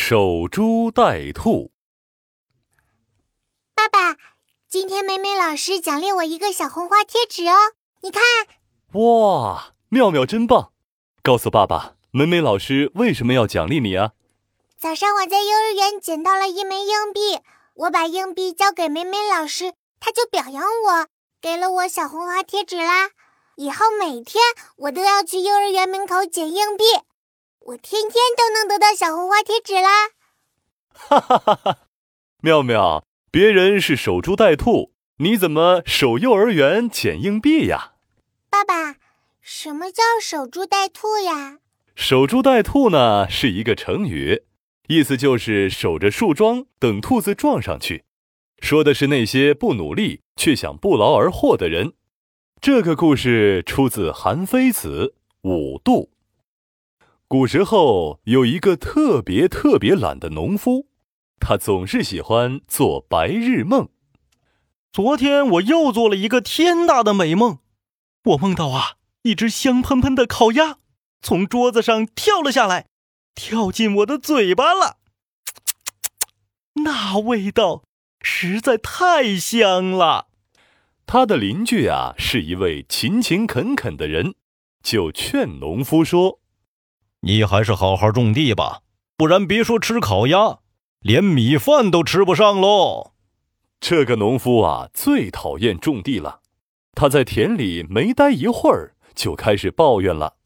守株待兔。 爸爸，今天美美老师奖励我一个小红花贴纸哦，你看。 哇，妙妙真棒！告诉爸爸，美美老师为什么要奖励你啊？ 早上我在幼儿园捡到了一枚硬币，我把硬币交给美美老师，她就表扬我，给了我小红花贴纸啦。以后每天我都要去幼儿园门口捡硬币，我天天都能得到小红花贴纸啦。 哈哈哈哈！妙妙，别人是守株待兔，你怎么守幼儿园捡硬币呀？ 爸爸，什么叫守株待兔呀？ 守株待兔呢，是一个成语，意思就是守着树桩等兔子撞上去，说的是那些不努力却想不劳而获的人。这个故事出自《韩非子·五度》。古时候有一个特别懒的农夫，他总是喜欢做白日梦。 昨天我又做了一个天大的美梦，我梦到一只香喷喷的烤鸭从桌子上跳了下来，跳进我的嘴巴了。那味道实在太香了。 他的邻居是一位勤恳的人，就劝农夫说： 你还是好好种地吧，不然别说吃烤鸭，连米饭都吃不上喽。 这个农夫最讨厌种地了，他在田里没待一会儿就开始抱怨了。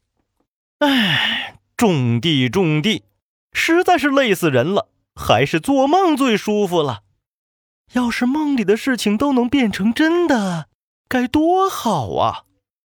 种地，实在是累死人了，还是做梦最舒服了。要是梦里的事情都能变成真的，该多好啊！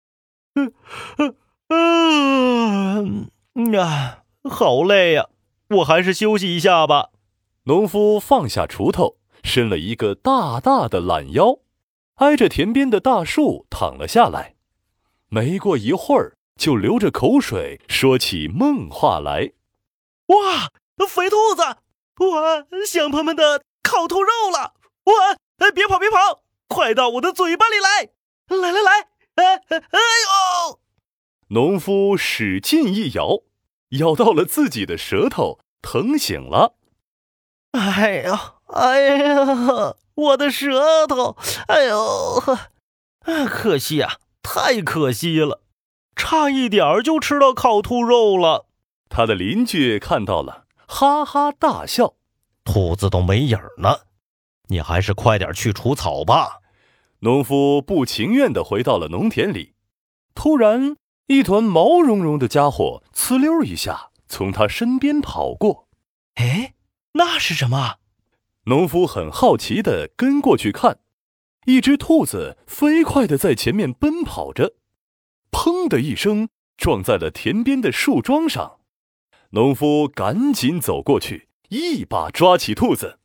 好累呀，我还是休息一下吧。 农夫放下锄头，伸了一个大的懒腰，挨着田边的大树躺了下来。没过一会儿，就流着口水说起梦话来。 哇，肥兔子！哇，香喷喷的烤兔肉了！哇，别跑，快到我的嘴巴里来！来！哎呦！ 农夫使劲一咬，咬到了自己的舌头，疼醒了。 哎呀，我的舌头！哎呦，可惜太可惜了，差一点就吃到烤兔肉了。 他的邻居看到了，哈哈大笑。 兔子都没影儿呢，你还是快点去除草吧。 农夫不情愿地回到了农田里，突然一团毛茸茸的家伙呲溜一下从他身边跑过。 那是什么？ 农夫很好奇地跟过去看，一只兔子飞快地在前面奔跑着，砰的一声撞在了田边的树桩上。农夫赶紧走过去，一把抓起兔子。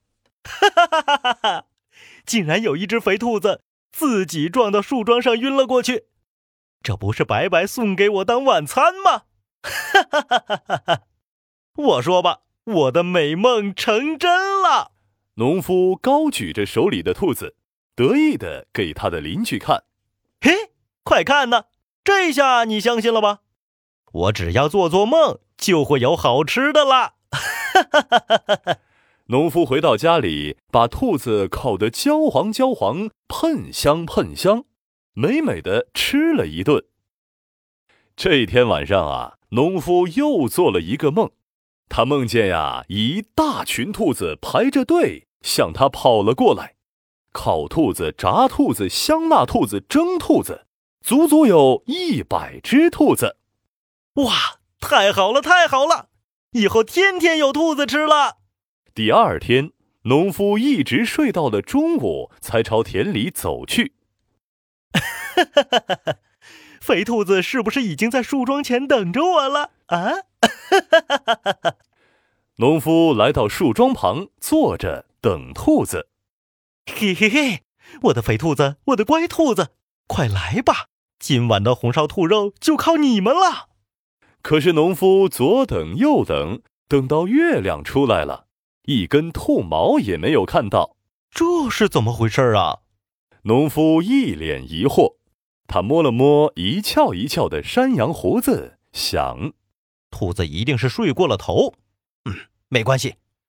竟然有一只肥兔子自己撞到树桩上晕了过去，这不是白白送给我当晚餐吗？我说吧，我的美梦成真了。 农夫高举着手里的兔子，得意地给他的邻居看。 快看呐，这下你相信了吧？我只要做梦就会有好吃的啦。 农夫回到家里，把兔子烤得焦黄，喷香，美美地吃了一顿。这天晚上农夫又做了一个梦，他梦见一大群兔子排着队向他跑了过来，烤兔子、炸兔子、香辣兔子、蒸兔子，足有100只兔子。 哇，太好了，以后天天有兔子吃了。 第二天，农夫一直睡到了中午才朝田里走去。 肥兔子是不是已经在树桩前等着我了农夫来到树桩旁坐着等兔子。 我的肥兔子，我的乖兔子，快来吧，今晚的红烧兔肉就靠你们了。 可是农夫左等右等，等到月亮出来了，一根兔毛也没有看到。 这是怎么回事啊？ 农夫一脸疑惑，他摸了摸一翘的山羊胡子，想， 兔子一定是睡过了头。没关系，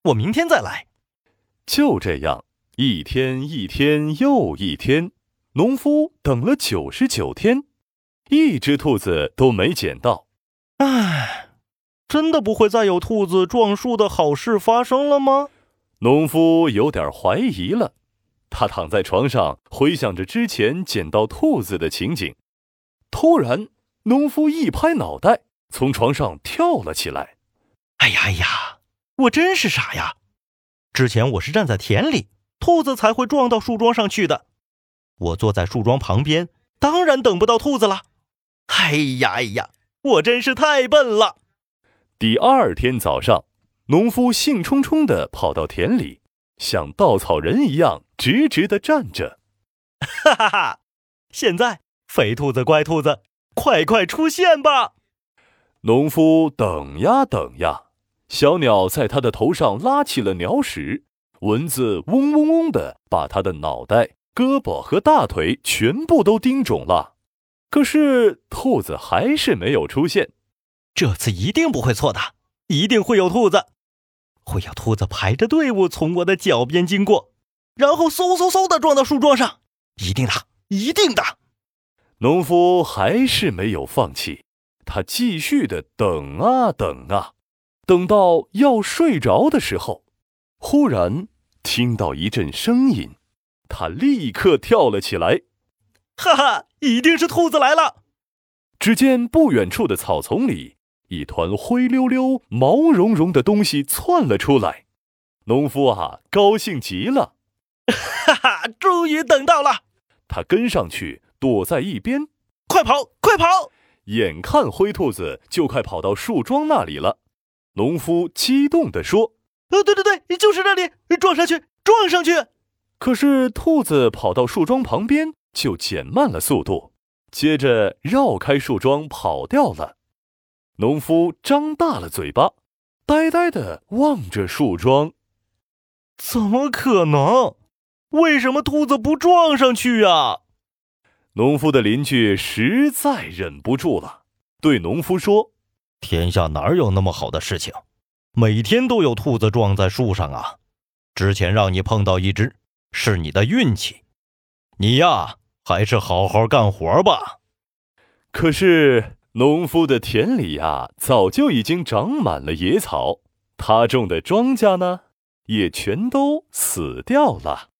我明天再来。 就这样，一天一天又一天，农夫等了99天，一只兔子都没捡到。 唉，真的不会再有兔子撞树的好事发生了吗？ 农夫有点怀疑了。他躺在床上，回想着之前捡到兔子的情景。突然，农夫一拍脑袋，从床上跳了起来。 哎呀，我真是傻呀！之前我是站在田里，兔子才会撞到树桩上去的。我坐在树桩旁边，当然等不到兔子了。哎呀，我真是太笨了。 第二天早上，农夫兴冲冲地跑到田里，像稻草人一样直直地站着。 哈哈哈！现在，肥兔子、乖兔子，快出现吧！ 农夫等呀等呀，小鸟在他的头上拉起了鸟屎，蚊子嗡嗡嗡地把他的脑袋、胳膊和大腿全部都叮肿了。可是兔子还是没有出现。 这次一定不会错的，一定会有兔子。会有兔子排着队伍从我的脚边经过，然后嗖嗖嗖地撞到树桩上。一定的，一定的。 农夫还是没有放弃，他继续的等啊等啊，等到要睡着的时候，忽然听到一阵声音，他立刻跳了起来。 哈哈，一定是兔子来了！ 只见不远处的草丛里，一团灰溜溜、毛茸茸的东西窜了出来。农夫高兴极了， 哈哈，终于等到了！ 他跟上去，躲在一边。 快跑！ 眼看灰兔子就快跑到树桩那里了，农夫激动地说： 对，就是这里，撞上去！ 可是兔子跑到树桩旁边就减慢了速度，接着绕开树桩跑掉了。农夫张大了嘴巴，呆呆地望着树桩。 怎么可能？为什么兔子不撞上去啊？ 农夫的邻居实在忍不住了，对农夫说： 天下哪有那么好的事情？每天都有兔子撞在树上啊！之前让你碰到一只，是你的运气。你呀，还是好好干活吧。 可是农夫的田里早就已经长满了野草，他种的庄稼呢，也全都死掉了。